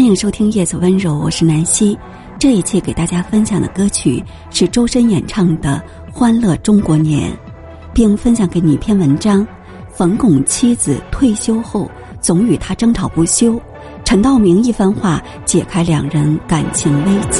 迎收听叶子温柔，我是南希。这一期给大家分享的歌曲是周深演唱的《欢乐中国年》，并分享给你一篇文章：冯巩妻子退休后总与他争吵不休，陈道明一番话解开两人感情危机。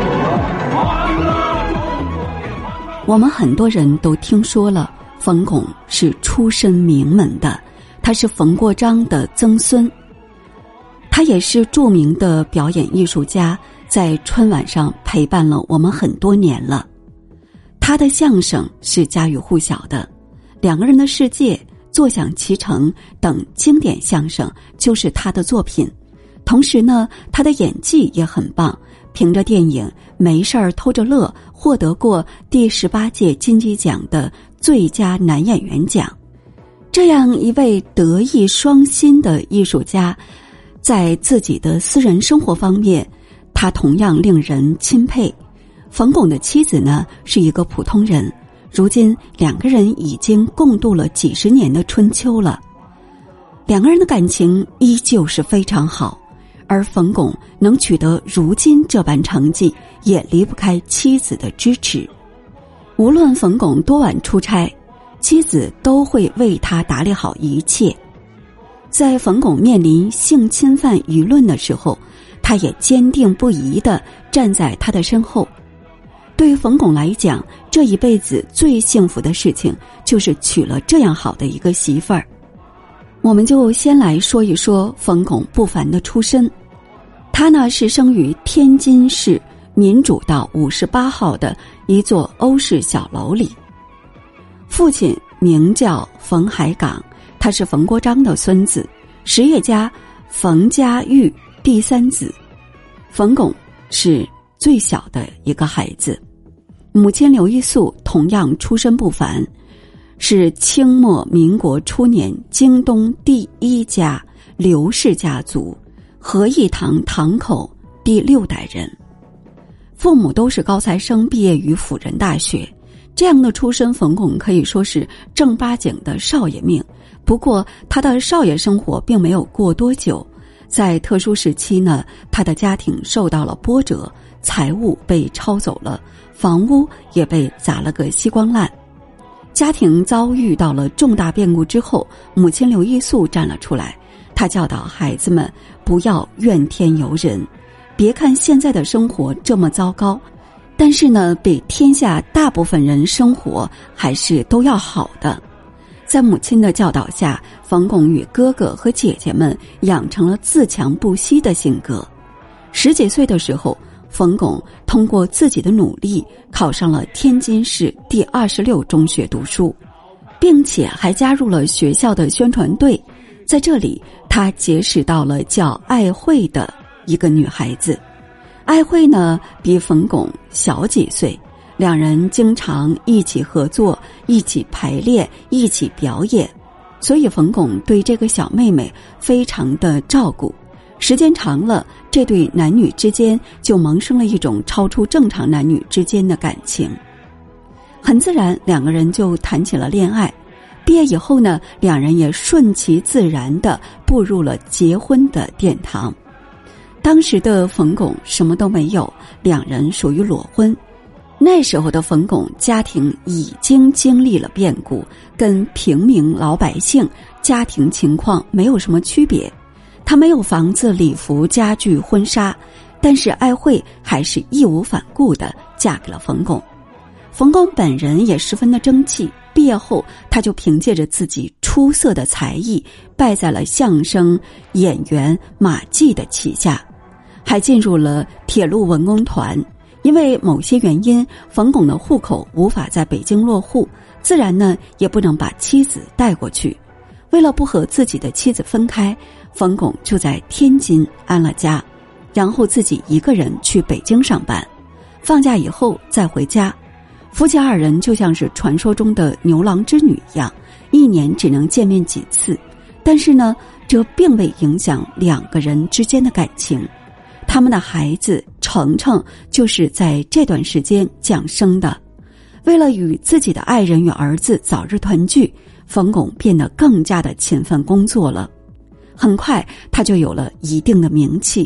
我们很多人都听说了，冯巩是出身名门的，他是冯国璋的曾孙，他也是著名的表演艺术家，在春晚上陪伴了我们很多年了。他的相声是家喻户晓的，两个人的世界、坐享其成等经典相声就是他的作品。同时呢，他的演技也很棒，凭着电影《没事儿偷着乐》获得过第18届金鸡奖的最佳男演员奖。这样一位德艺双馨的艺术家，在自己的私人生活方面，他同样令人钦佩。冯巩的妻子呢，是一个普通人，如今两个人已经共度了几十年的春秋了，两个人的感情依旧是非常好。而冯巩能取得如今这般成绩，也离不开妻子的支持。无论冯巩多晚出差，妻子都会为他打理好一切。在冯巩面临性侵犯舆论的时候，他也坚定不移地站在他的身后。对于冯巩来讲，这一辈子最幸福的事情就是娶了这样好的一个媳妇儿。我们就先来说一说冯巩不凡的出身。他呢是生于天津市民主道58号的一座欧式小楼里，父亲名叫冯海港，他是冯国璋的孙子，实业家冯家玉第三子。冯巩是最小的一个孩子，母亲刘玉素同样出身不凡，是清末民国初年京东第一家刘氏家族和义堂堂口第6代人，父母都是高材生，毕业于辅仁大学。这样的出身，冯巩可以说是正八经的少爷命。不过他的少爷生活并没有过多久，在特殊时期呢，他的家庭受到了波折，财物被抄走了，房屋也被砸了个稀光烂。家庭遭遇到了重大变故之后，母亲刘玉素站了出来，她教导孩子们不要怨天尤人，别看现在的生活这么糟糕，但是呢，比天下大部分人生活还是都要好的。在母亲的教导下，冯巩与哥哥和姐姐们养成了自强不息的性格。10几岁的时候，冯巩通过自己的努力考上了天津市第26中学读书，并且还加入了学校的宣传队。在这里，他结识到了叫艾慧的一个女孩子。艾慧呢，比冯巩小几岁，两人经常一起合作，一起排练，一起表演，所以冯巩对这个小妹妹非常的照顾。时间长了，这对男女之间就萌生了一种超出正常男女之间的感情，很自然，两个人就谈起了恋爱。毕业以后呢，两人也顺其自然地步入了结婚的殿堂。当时的冯巩什么都没有，两人属于裸婚。那时候的冯巩家庭已经经历了变故，跟平民老百姓家庭情况没有什么区别。他没有房子、礼服、家具、婚纱，但是艾慧还是义无反顾地嫁给了冯巩。冯巩本人也十分的争气，毕业后他就凭借着自己出色的才艺，拜在了相声演员马季的旗下，还进入了铁路文工团。因为某些原因，冯巩的户口无法在北京落户，自然呢也不能把妻子带过去。为了不和自己的妻子分开，冯巩就在天津安了家，然后自己一个人去北京上班，放假以后再回家。夫妻二人就像是传说中的牛郎织女一样，一年只能见面几次，但是呢，这并未影响两个人之间的感情。他们的孩子程程就是在这段时间降生的。为了与自己的爱人与儿子早日团聚，冯巩变得更加的勤奋工作了。很快他就有了一定的名气，还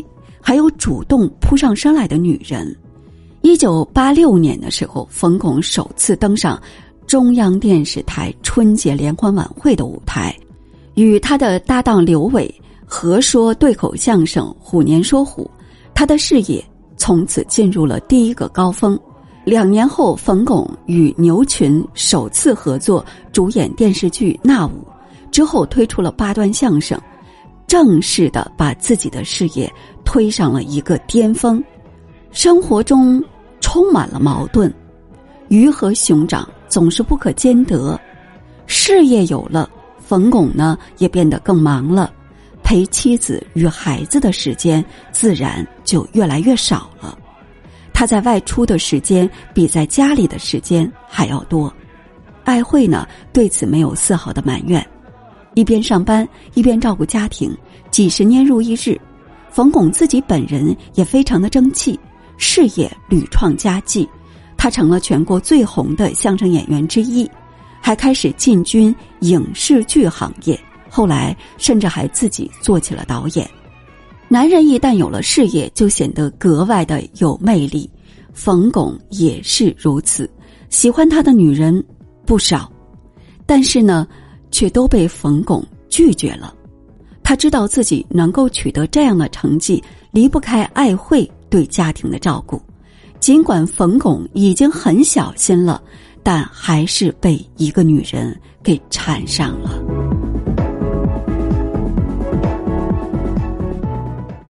还有主动扑上身来的女人。1986年的时候，冯巩首次登上中央电视台春节联欢晚会的舞台，与他的搭档刘伟合说对口相声《虎年说虎》，他的事业从此进入了第一个高峰。2年后，冯巩与牛群首次合作主演电视剧《那舞》，之后推出了8段相声，正式的把自己的事业推上了一个巅峰。生活中充满了矛盾，鱼和熊掌总是不可兼得。事业有了，冯巩呢也变得更忙了，陪妻子与孩子的时间自然就越来越少了。他在外出的时间比在家里的时间还要多。艾慧呢对此没有丝毫的埋怨，一边上班一边照顾家庭，几十年如一日。冯巩自己本人也非常的争气，事业屡创佳绩，他成了全国最红的相声演员之一，还开始进军影视剧行业，后来甚至还自己做起了导演。男人一旦有了事业，就显得格外的有魅力，冯巩也是如此，喜欢他的女人不少，但是呢，却都被冯巩拒绝了。他知道自己能够取得这样的成绩，离不开艾慧对家庭的照顾。尽管冯巩已经很小心了，但还是被一个女人给缠上了。